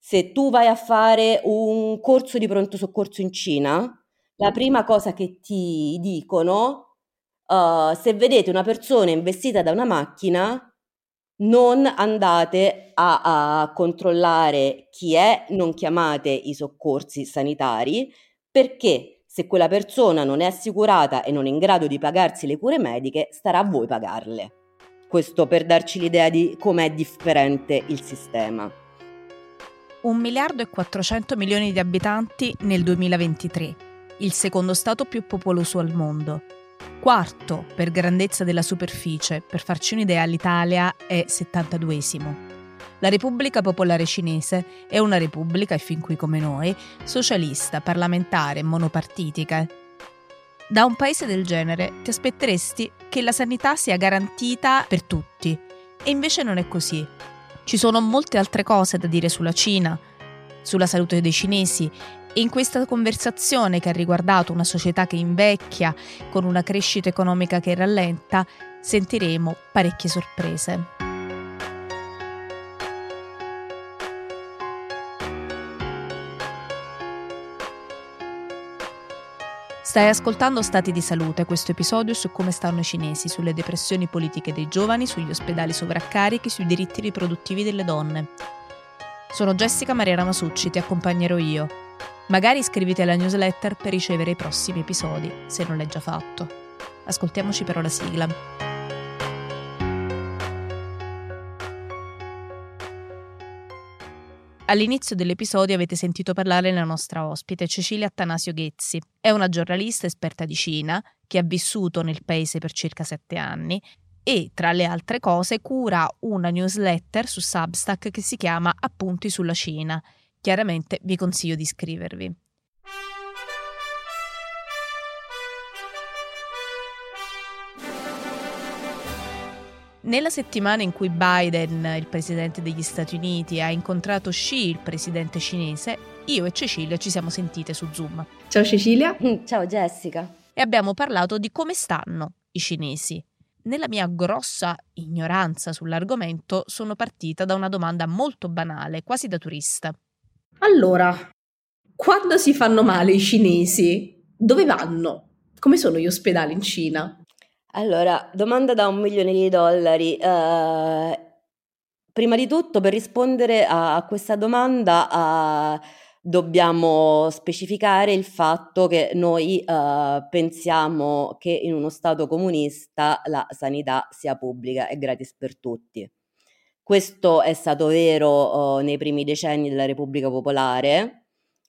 Se tu vai a fare un corso di pronto soccorso in Cina, la prima cosa che ti dicono, se vedete una persona investita da una macchina, non andate a controllare chi è, non chiamate i soccorsi sanitari, perché se quella persona non è assicurata e non è in grado di pagarsi le cure mediche, starà a voi pagarle. Questo per darci l'idea di com'è differente il sistema. 1.400.000.000 di abitanti nel 2023, il secondo stato più popoloso al mondo. Quarto per grandezza della superficie, per farci un'idea l'Italia è 72esimo. La Repubblica Popolare Cinese è una repubblica, e fin qui come noi, socialista, parlamentare, monopartitica. Da un paese del genere ti aspetteresti che la sanità sia garantita per tutti, e invece non è così. Ci sono molte altre cose da dire sulla Cina, sulla salute dei cinesi, e in questa conversazione che ha riguardato una società che invecchia, con una crescita economica che rallenta, sentiremo parecchie sorprese. Stai ascoltando Stati di Salute, questo episodio su come stanno i cinesi, sulle depressioni politiche dei giovani, sugli ospedali sovraccarichi, sui diritti riproduttivi delle donne. Sono Jessica Maria Ramasucci, ti accompagnerò io. Magari iscriviti alla newsletter per ricevere i prossimi episodi, se non l'hai già fatto. Ascoltiamoci però la sigla. All'inizio dell'episodio avete sentito parlare la nostra ospite, Cecilia Attanasio Ghezzi. È una giornalista esperta di Cina che ha vissuto nel paese per circa 7 anni e, tra le altre cose, cura una newsletter su Substack che si chiama Appunti sulla Cina. Chiaramente vi consiglio di iscrivervi. Nella settimana in cui Biden, il presidente degli Stati Uniti, ha incontrato Xi, il presidente cinese, io e Cecilia ci siamo sentite su Zoom. Ciao Cecilia. Ciao Jessica. E abbiamo parlato di come stanno i cinesi. Nella mia grossa ignoranza sull'argomento sono partita da una domanda molto banale, quasi da turista. Allora, quando si fanno male i cinesi, dove vanno? Come sono gli ospedali in Cina? Allora, domanda da $1.000.000. Prima di tutto, per rispondere a questa domanda, dobbiamo specificare il fatto che noi pensiamo che in uno Stato comunista la sanità sia pubblica e gratis per tutti. Questo è stato vero nei primi decenni della Repubblica Popolare,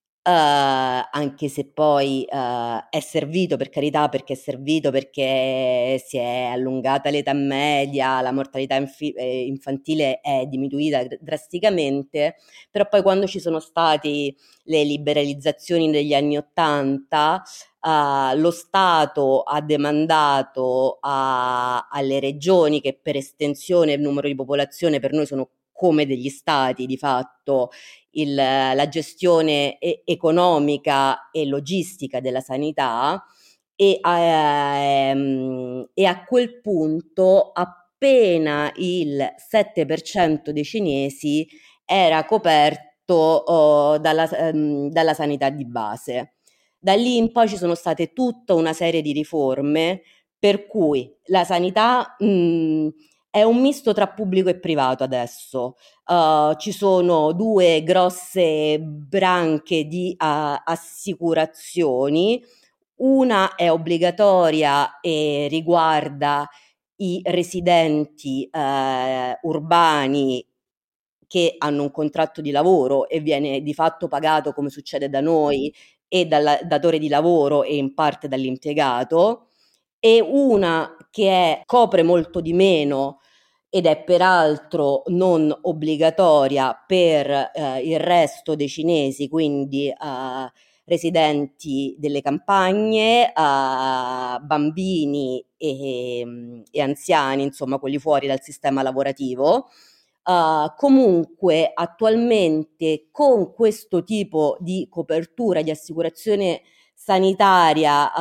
anche se poi è servito, per carità, perché è servito perché si è allungata l'età media, la mortalità infantile è diminuita drasticamente, però poi quando ci sono stati le liberalizzazioni degli anni '80, lo Stato ha demandato alle regioni, che per estensione e numero di popolazione per noi sono come degli stati di fatto, la gestione economica e logistica della sanità, e a quel punto appena il 7% dei cinesi era coperto dalla sanità di base. Da lì in poi ci sono state tutta una serie di riforme per cui la sanità è un misto tra pubblico e privato adesso. Ci sono 2 grosse branche di assicurazioni. Una è obbligatoria e riguarda i residenti urbani che hanno un contratto di lavoro e viene di fatto pagato, come succede da noi, e dal datore di lavoro e in parte dall'impiegato, e una che copre molto di meno ed è peraltro non obbligatoria per il resto dei cinesi, quindi residenti delle campagne, bambini e anziani, insomma quelli fuori dal sistema lavorativo. Comunque attualmente con questo tipo di copertura di assicurazione sanitaria,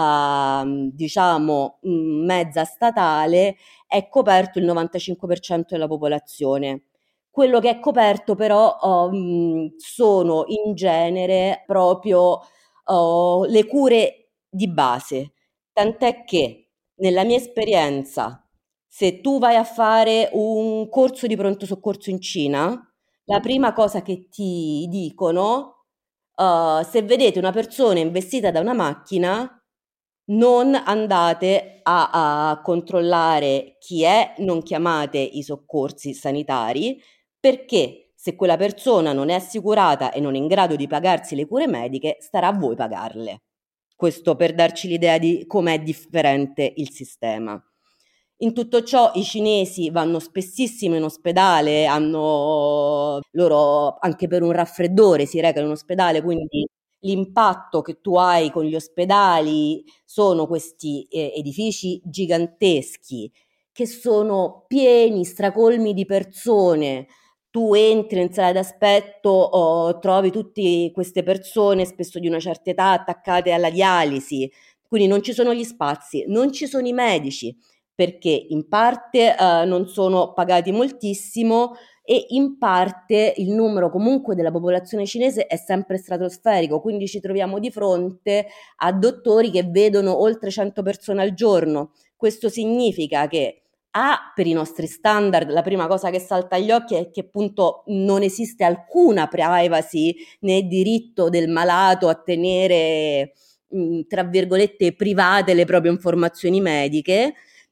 diciamo mezza statale, è coperto il 95% della popolazione. Quello che è coperto però sono in genere proprio le cure di base, tant'è che nella mia esperienza, se tu vai a fare un corso di pronto soccorso in Cina, la prima cosa che ti dicono, se vedete una persona investita da una macchina, non andate a controllare chi è, non chiamate i soccorsi sanitari, perché se quella persona non è assicurata e non è in grado di pagarsi le cure mediche, starà a voi pagarle. Questo per darci l'idea di com'è differente il sistema. In tutto ciò i cinesi vanno spessissimo in ospedale, hanno loro anche per un raffreddore si recano in ospedale, quindi l'impatto che tu hai con gli ospedali sono questi edifici giganteschi che sono pieni, stracolmi di persone. Tu entri in sala d'aspetto, trovi tutte queste persone, spesso di una certa età, attaccate alla dialisi, quindi non ci sono gli spazi, non ci sono i medici perché in parte non sono pagati moltissimo e in parte il numero comunque della popolazione cinese è sempre stratosferico, quindi ci troviamo di fronte a dottori che vedono oltre 100 persone al giorno. Questo significa che per i nostri standard la prima cosa che salta agli occhi è che appunto non esiste alcuna privacy né diritto del malato a tenere tra virgolette private le proprie informazioni mediche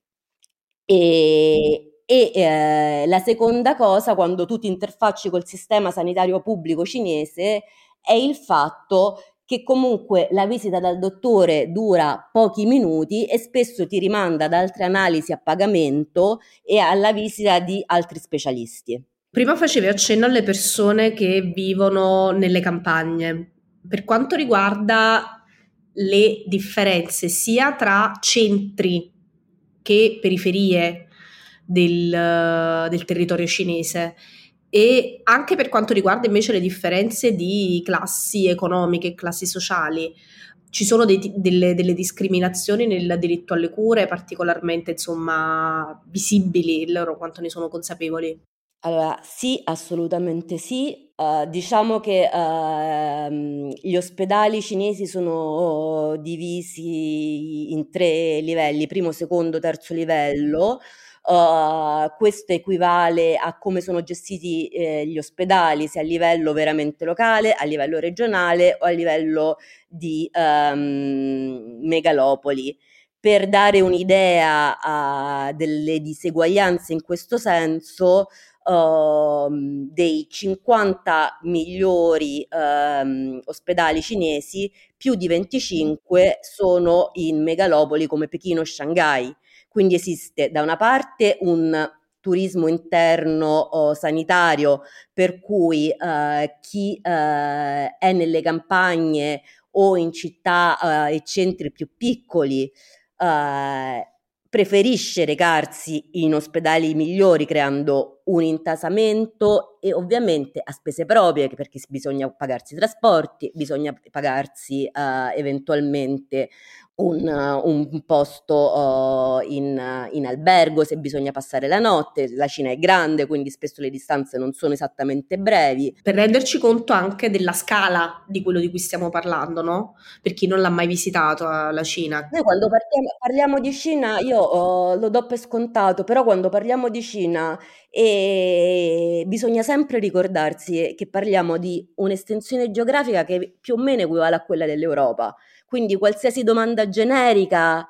e la seconda cosa, quando tu ti interfacci col sistema sanitario pubblico cinese, è il fatto che comunque la visita dal dottore dura pochi minuti e spesso ti rimanda ad altre analisi a pagamento e alla visita di altri specialisti. Prima facevi accenno alle persone che vivono nelle campagne. Per quanto riguarda le differenze sia tra centri che periferie del territorio cinese e anche per quanto riguarda invece le differenze di classi economiche e classi sociali, ci sono delle discriminazioni nel diritto alle cure particolarmente, insomma, visibili, loro quanto ne sono consapevoli? Allora, sì, assolutamente sì. Diciamo che gli ospedali cinesi sono divisi in tre livelli, primo, secondo, terzo livello. Questo equivale a come sono gestiti gli ospedali, sia a livello veramente locale, a livello regionale o a livello di megalopoli. Per dare un'idea delle diseguaglianze in questo senso, dei 50 migliori ospedali cinesi, più di 25 sono in megalopoli come Pechino e Shanghai. Quindi esiste da una parte un turismo interno sanitario, per cui chi è nelle campagne o in città e centri più piccoli preferisce recarsi in ospedali migliori creando un intasamento e ovviamente a spese proprie perché bisogna pagarsi i trasporti, bisogna pagarsi eventualmente un posto in albergo se bisogna passare la notte. La Cina è grande, quindi spesso le distanze non sono esattamente brevi. Per renderci conto anche della scala di quello di cui stiamo parlando, no? Per chi non l'ha mai visitato la Cina. Noi quando parliamo di Cina, io lo do per scontato, però quando parliamo di Cina bisogna sempre ricordarsi che parliamo di un'estensione geografica che più o meno equivale a quella dell'Europa. Quindi qualsiasi domanda generica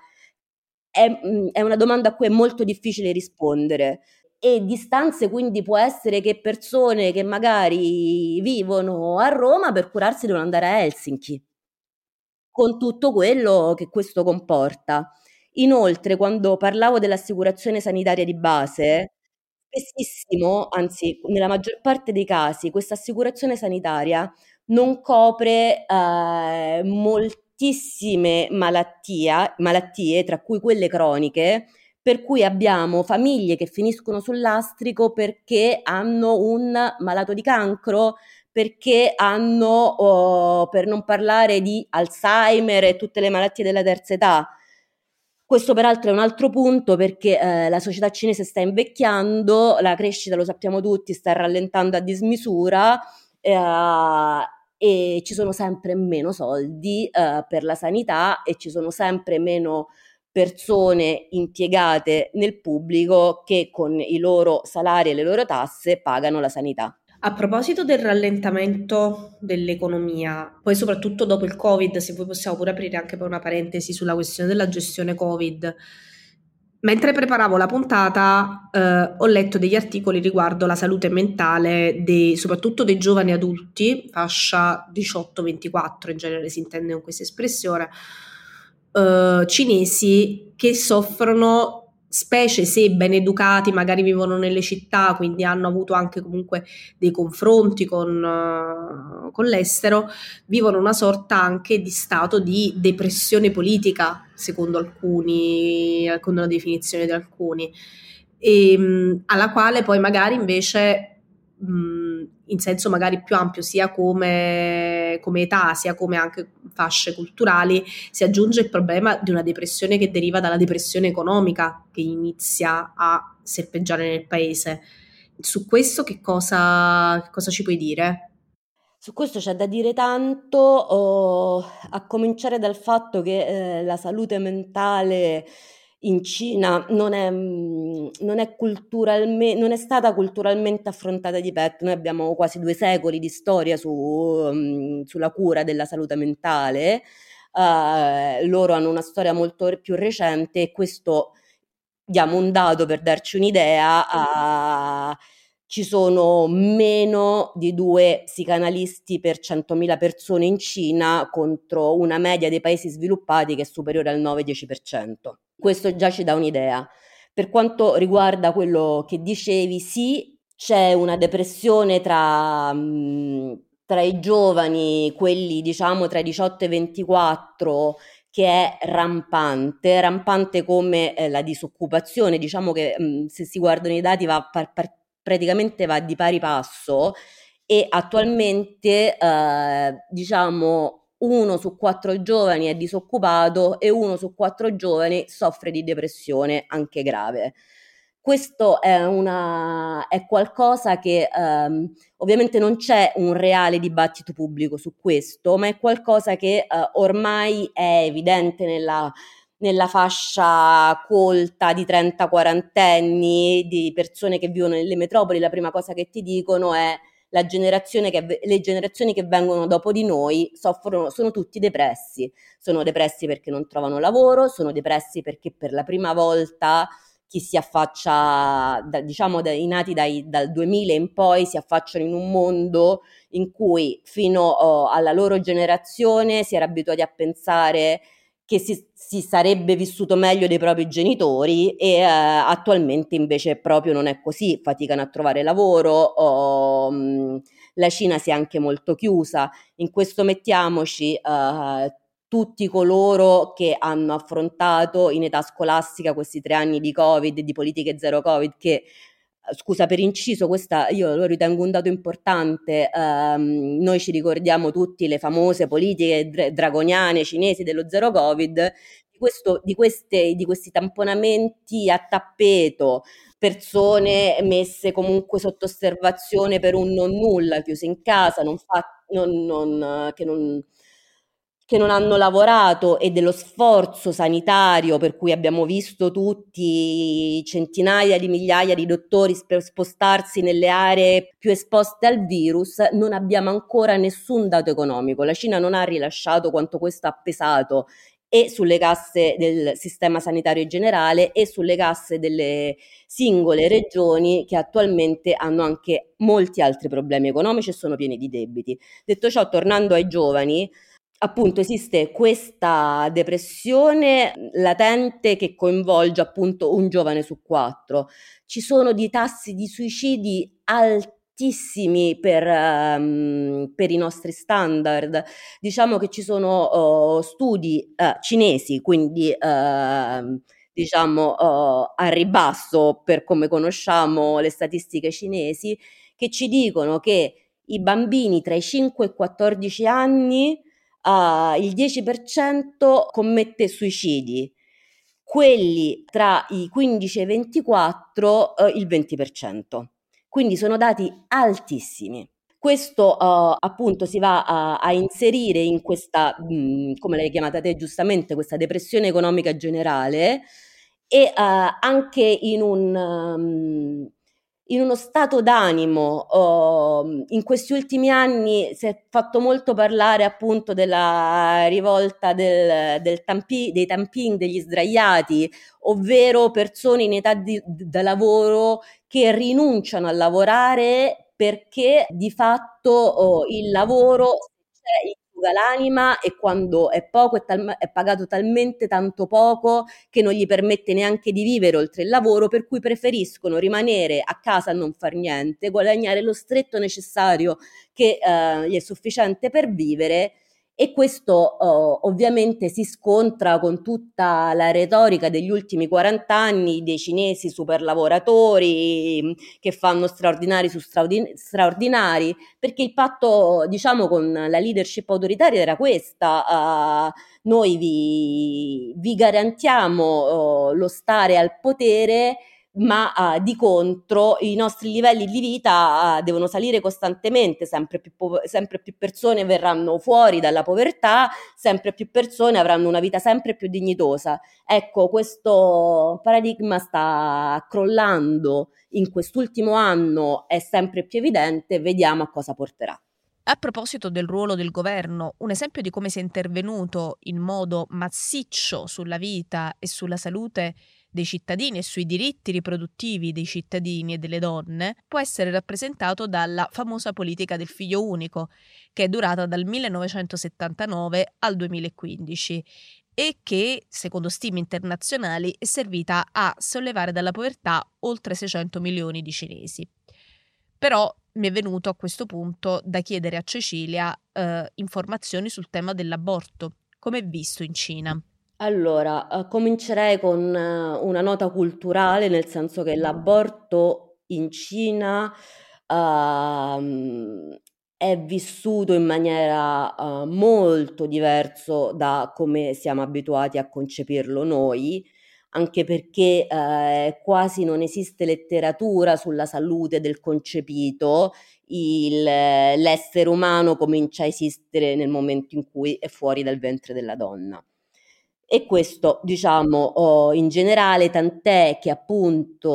è una domanda a cui è molto difficile rispondere. E distanze quindi può essere che persone che magari vivono a Roma per curarsi devono andare a Helsinki con tutto quello che questo comporta. Inoltre, quando parlavo dell'assicurazione sanitaria di base, spessissimo, anzi nella maggior parte dei casi, questa assicurazione sanitaria non copre moltissime malattie, tra cui quelle croniche, per cui abbiamo famiglie che finiscono sul lastrico perché hanno un malato di cancro, perché hanno, per non parlare di Alzheimer e tutte le malattie della terza età. Questo peraltro è un altro punto perché la società cinese sta invecchiando, la crescita, lo sappiamo tutti, sta rallentando a dismisura, e ci sono sempre meno soldi per la sanità e ci sono sempre meno persone impiegate nel pubblico che con i loro salari e le loro tasse pagano la sanità. A proposito del rallentamento dell'economia, poi soprattutto dopo il Covid, se voi possiamo pure aprire anche per una parentesi sulla questione della gestione Covid. Mentre preparavo la puntata, ho letto degli articoli riguardo la salute mentale soprattutto dei giovani adulti, fascia 18-24, in genere si intende con questa espressione, cinesi che soffrono, specie se ben educati, magari vivono nelle città, quindi hanno avuto anche comunque dei confronti con l'estero, vivono una sorta anche di stato di depressione politica, secondo alcuni, secondo la definizione di alcuni, alla quale poi magari invece in senso magari più ampio, sia come età, sia come anche fasce culturali, si aggiunge il problema di una depressione che deriva dalla depressione economica che inizia a serpeggiare nel paese. Su questo che cosa ci puoi dire? Su questo c'è da dire tanto, a cominciare dal fatto che la salute mentale in Cina non è non è stata culturalmente affrontata di petto. Noi abbiamo quasi 2 secoli di storia sulla cura della salute mentale, loro hanno una storia molto più recente e questo, diamo un dato per darci un'idea, ci sono meno di 2 psicanalisti per 100.000 persone in Cina contro una media dei paesi sviluppati che è superiore al 9-10%. Questo già ci dà un'idea. Per quanto riguarda quello che dicevi, sì, c'è una depressione tra i giovani, quelli diciamo tra i 18 e i 24, che è rampante come la disoccupazione, diciamo che se si guardano i dati praticamente va di pari passo e attualmente diciamo 1 su 4 giovani è disoccupato e 1 su 4 giovani soffre di depressione anche grave. Questo è qualcosa che ovviamente non c'è un reale dibattito pubblico su questo, ma è qualcosa che ormai è evidente nella fascia colta di 30-40 anni, di persone che vivono nelle metropoli. La prima cosa che ti dicono è le generazioni che vengono dopo di noi sono tutti depressi. Sono depressi perché non trovano lavoro, sono depressi perché per la prima volta chi si affaccia, diciamo i nati dal 2000 in poi, si affacciano in un mondo in cui fino alla loro generazione si era abituati a pensare che si sarebbe vissuto meglio dei propri genitori e attualmente invece proprio non è così, faticano a trovare lavoro, la Cina si è anche molto chiusa, in questo mettiamoci tutti coloro che hanno affrontato in età scolastica questi 3 anni di Covid, di politiche zero Covid, che scusa per inciso, questa io lo ritengo un dato importante, noi ci ricordiamo tutti le famose politiche draconiane cinesi dello zero Covid, di questi tamponamenti a tappeto, persone messe comunque sotto osservazione per un non nulla, chiuse in casa, che non hanno lavorato e dello sforzo sanitario per cui abbiamo visto tutti centinaia di migliaia di dottori spostarsi nelle aree più esposte al virus, non abbiamo ancora nessun dato economico. La Cina non ha rilasciato quanto questo ha pesato e sulle casse del sistema sanitario generale e sulle casse delle singole regioni che attualmente hanno anche molti altri problemi economici e sono pieni di debiti. Detto ciò, tornando ai giovani, appunto esiste questa depressione latente che coinvolge appunto un giovane su 4. Ci sono dei tassi di suicidi altissimi per i nostri standard. Diciamo che ci sono studi cinesi, quindi diciamo a ribasso per come conosciamo le statistiche cinesi, che ci dicono che i bambini tra i 5 e i 14 anni il 10% commette suicidi. quelli tra i 15 e i 24 il 20%. Quindi sono dati altissimi. Questo appunto si va a inserire in questa, come l'hai chiamata te giustamente, questa depressione economica generale e anche in uno stato d'animo. In questi ultimi anni si è fatto molto parlare appunto della rivolta dei tampin, degli sdraiati, ovvero persone in età da lavoro che rinunciano a lavorare perché di fatto il lavoro c'è infuga l'anima e quando è poco è pagato talmente tanto poco che non gli permette neanche di vivere oltre il lavoro, per cui preferiscono rimanere a casa a non far niente, guadagnare lo stretto necessario che gli è sufficiente per vivere. E questo ovviamente si scontra con tutta la retorica degli ultimi 40 anni dei cinesi super lavoratori che fanno straordinari su straordinari, perché il patto, diciamo, con la leadership autoritaria era questa: noi vi garantiamo lo stare al potere, ma di contro i nostri livelli di vita devono salire costantemente, sempre più persone verranno fuori dalla povertà, sempre più persone avranno una vita sempre più dignitosa. Ecco, questo paradigma sta crollando in quest'ultimo anno, è sempre più evidente, vediamo a cosa porterà. A proposito del ruolo del governo, un esempio di come si è intervenuto in modo massiccio sulla vita e sulla salute dei cittadini e sui diritti riproduttivi dei cittadini e delle donne può essere rappresentato dalla famosa politica del figlio unico, che è durata dal 1979 al 2015 e che, secondo stime internazionali, è servita a sollevare dalla povertà oltre 600 milioni di cinesi. Però mi è venuto a questo punto da chiedere a Cecilia informazioni sul tema dell'aborto. Come è visto in Cina? Allora, comincerei con una nota culturale, nel senso che l'aborto in Cina è vissuto in maniera molto diverso da come siamo abituati a concepirlo noi, anche perché quasi non esiste letteratura sulla salute del concepito. L'essere umano comincia a esistere nel momento in cui è fuori dal ventre della donna. E questo, diciamo, in generale, tant'è che appunto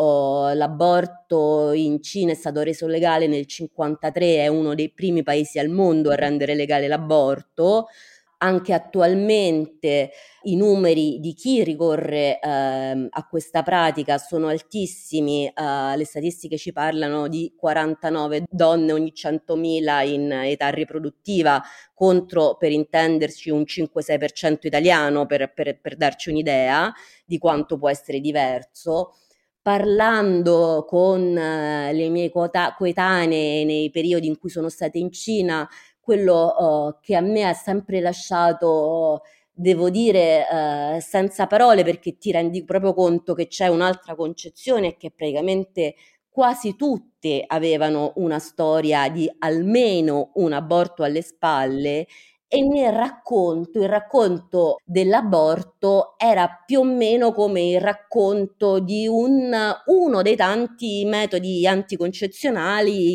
l'aborto in Cina è stato reso legale nel 1953, è uno dei primi paesi al mondo a rendere legale l'aborto. Anche attualmente i numeri di chi ricorre a questa pratica sono altissimi, le statistiche ci parlano di 49 donne ogni 100.000 in età riproduttiva, contro, per intenderci, un 5-6% italiano, per darci un'idea di quanto può essere diverso. Parlando con le mie coetanee nei periodi in cui sono state in Cina, quello che a me ha sempre lasciato, devo dire, senza parole, perché ti rendi proprio conto che c'è un'altra concezione e che praticamente quasi tutte avevano una storia di almeno un aborto alle spalle, e il racconto dell'aborto era più o meno come il racconto di uno dei tanti metodi anticoncezionali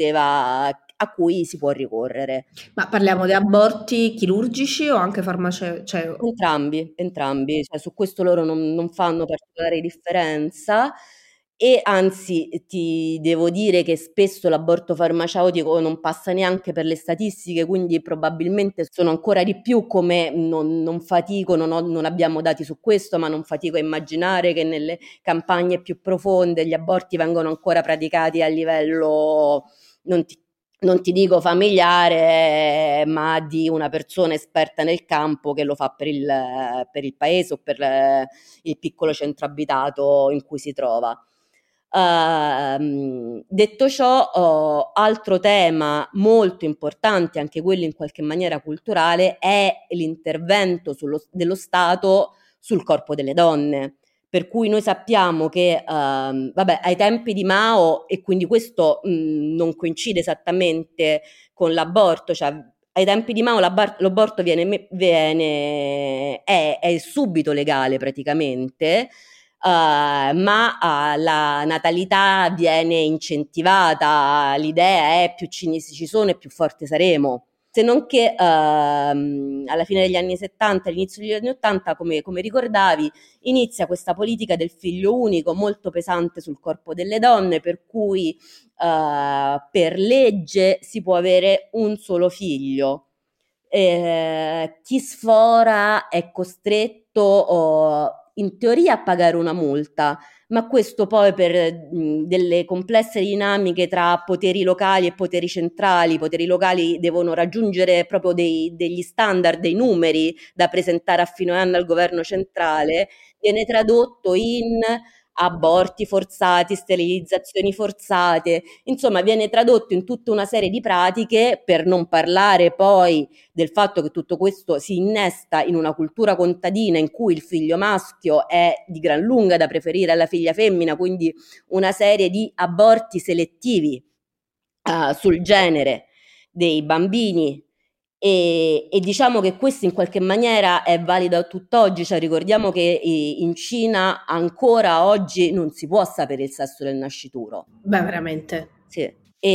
a cui si può ricorrere. Ma parliamo di aborti chirurgici o anche farmaceutici? Cioè, Entrambi, cioè su questo loro non fanno particolare differenza, e anzi ti devo dire che spesso l'aborto farmaceutico non passa neanche per le statistiche, quindi probabilmente sono ancora di più. Come non fatico, non abbiamo dati su questo, ma non fatico a immaginare che nelle campagne più profonde gli aborti vengono ancora praticati a livello, non ti dico familiare, ma di una persona esperta nel campo che lo fa per il paese o per il piccolo centro abitato in cui si trova. Detto ciò, altro tema molto importante, anche quello in qualche maniera culturale, è l'intervento dello Stato sul corpo delle donne. Per cui noi sappiamo che ai tempi di Mao, e quindi questo non coincide esattamente con l'aborto, cioè ai tempi di Mao l'aborto è subito legale praticamente, ma la natalità viene incentivata, l'idea è più cinesi ci sono e più forte saremo. Se non che alla fine degli anni 70, all'inizio degli anni 80, come ricordavi, inizia questa politica del figlio unico molto pesante sul corpo delle donne, per cui per legge si può avere un solo figlio. Chi sfora è costretto in teoria a pagare una multa, ma questo poi per delle complesse dinamiche tra poteri locali e poteri centrali. I poteri locali devono raggiungere proprio degli standard, dei numeri da presentare a fine anno al governo centrale, viene tradotto in aborti forzati, sterilizzazioni forzate, insomma viene tradotto in tutta una serie di pratiche, per non parlare poi del fatto che tutto questo si innesta in una cultura contadina in cui il figlio maschio è di gran lunga da preferire alla figlia femmina, quindi una serie di aborti selettivi sul genere dei bambini. E diciamo che questo in qualche maniera è valido a tutt'oggi, cioè ricordiamo che in Cina ancora oggi non si può sapere il sesso del nascituro. Beh, veramente. Sì.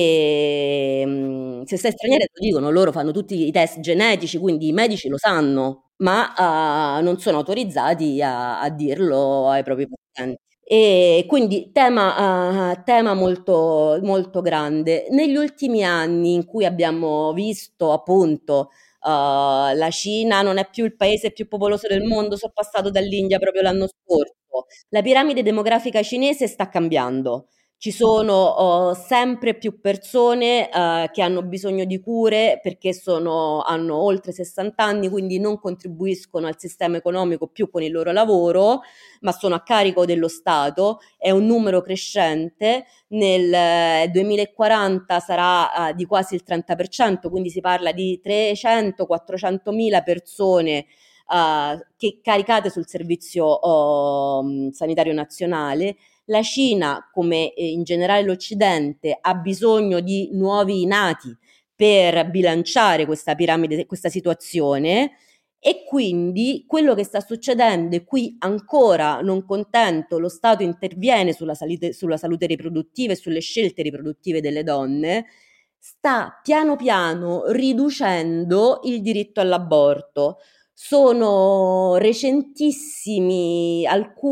E se sei straniera te lo dicono, loro fanno tutti i test genetici, quindi i medici lo sanno, ma non sono autorizzati a dirlo ai propri pazienti. E quindi tema molto, molto grande. Negli ultimi anni in cui abbiamo visto appunto la Cina non è più il paese più popoloso del mondo, sono passato dall'India proprio l'anno scorso, la piramide demografica cinese sta cambiando. Ci sono sempre più persone che hanno bisogno di cure perché hanno oltre 60 anni, quindi non contribuiscono al sistema economico più con il loro lavoro, ma sono a carico dello Stato. È un numero crescente, nel 2040 sarà di quasi il 30%, quindi si parla di 300-400 mila persone che caricate sul servizio sanitario nazionale. La Cina, come in generale l'Occidente, ha bisogno di nuovi nati per bilanciare questa piramide, questa situazione, e quindi quello che sta succedendo, e qui ancora non contento, lo Stato interviene sulla salute riproduttiva e sulle scelte riproduttive delle donne, sta piano piano riducendo il diritto all'aborto. Sono recentissimi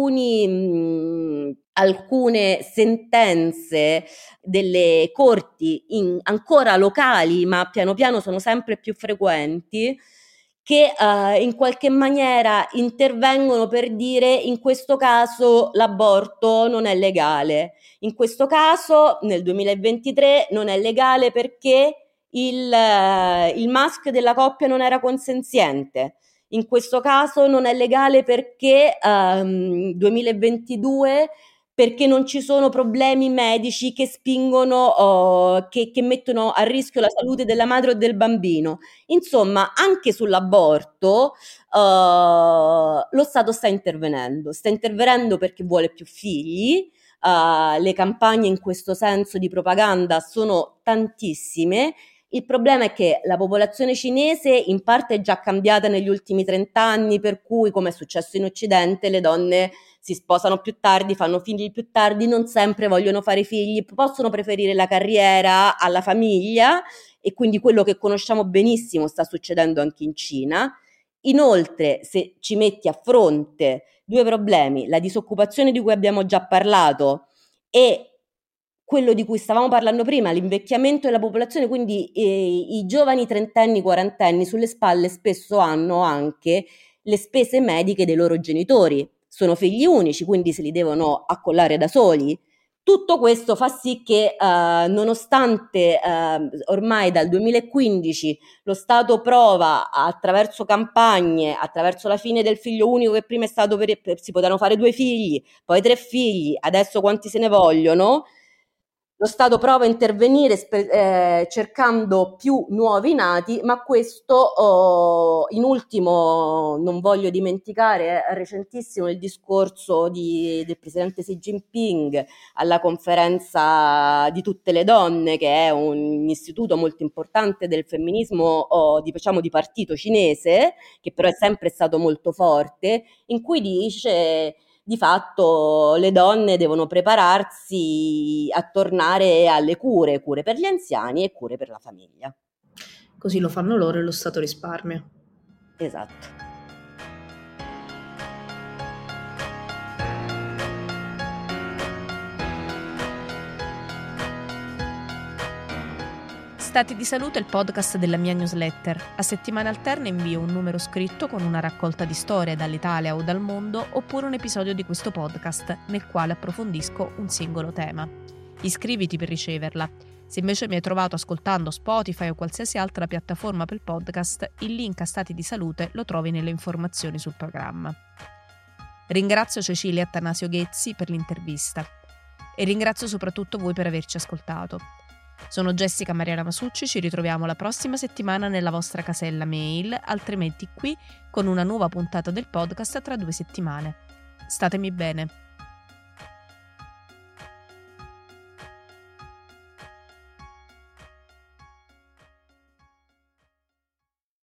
alcune sentenze delle corti ancora locali, ma piano piano sono sempre più frequenti, che in qualche maniera intervengono per dire: in questo caso l'aborto non è legale, in questo caso nel 2023 non è legale perché il maschio della coppia non era consenziente. In questo caso non è legale perché 2022, perché non ci sono problemi medici che spingono, che mettono a rischio la salute della madre o del bambino. Insomma, anche sull'aborto lo Stato sta intervenendo perché vuole più figli. Le campagne in questo senso di propaganda sono tantissime. Il problema è che la popolazione cinese in parte è già cambiata negli ultimi 30 anni, per cui, come è successo in Occidente, le donne si sposano più tardi, fanno figli più tardi, non sempre vogliono fare figli, possono preferire la carriera alla famiglia, e quindi quello che conosciamo benissimo sta succedendo anche in Cina. Inoltre, se ci metti a fronte due problemi, la disoccupazione di cui abbiamo già parlato e quello di cui stavamo parlando prima, l'invecchiamento della popolazione, quindi i giovani trentenni, quarantenni sulle spalle spesso hanno anche le spese mediche dei loro genitori, sono figli unici, quindi se li devono accollare da soli. Tutto questo fa sì che nonostante ormai dal 2015 lo Stato prova attraverso campagne, attraverso la fine del figlio unico, che prima è stato si potevano fare 2 figli, poi 3 figli, adesso quanti se ne vogliono, Lo Stato prova a intervenire cercando più nuovi nati, ma questo in ultimo non voglio dimenticare, è recentissimo il discorso del presidente Xi Jinping alla conferenza di tutte le donne, che è un istituto molto importante del femminismo di partito cinese, che però è sempre stato molto forte, in cui dice di fatto le donne devono prepararsi a tornare alle cure per gli anziani e cure per la famiglia. Così lo fanno loro e lo Stato risparmia. Esatto. Stati di Salute è il podcast della mia newsletter. A settimane alterne invio un numero scritto con una raccolta di storie dall'Italia o dal mondo, oppure un episodio di questo podcast nel quale approfondisco un singolo tema. Iscriviti per riceverla. Se invece mi hai trovato ascoltando Spotify o qualsiasi altra piattaforma per podcast, il link a Stati di Salute lo trovi nelle informazioni sul programma. Ringrazio Cecilia Attanasio Ghezzi per l'intervista e ringrazio soprattutto voi per averci ascoltato. Sono Jessica Mariana Masucci, ci ritroviamo la prossima settimana nella vostra casella mail, altrimenti qui con una nuova puntata del podcast tra 2 settimane. Statemi bene.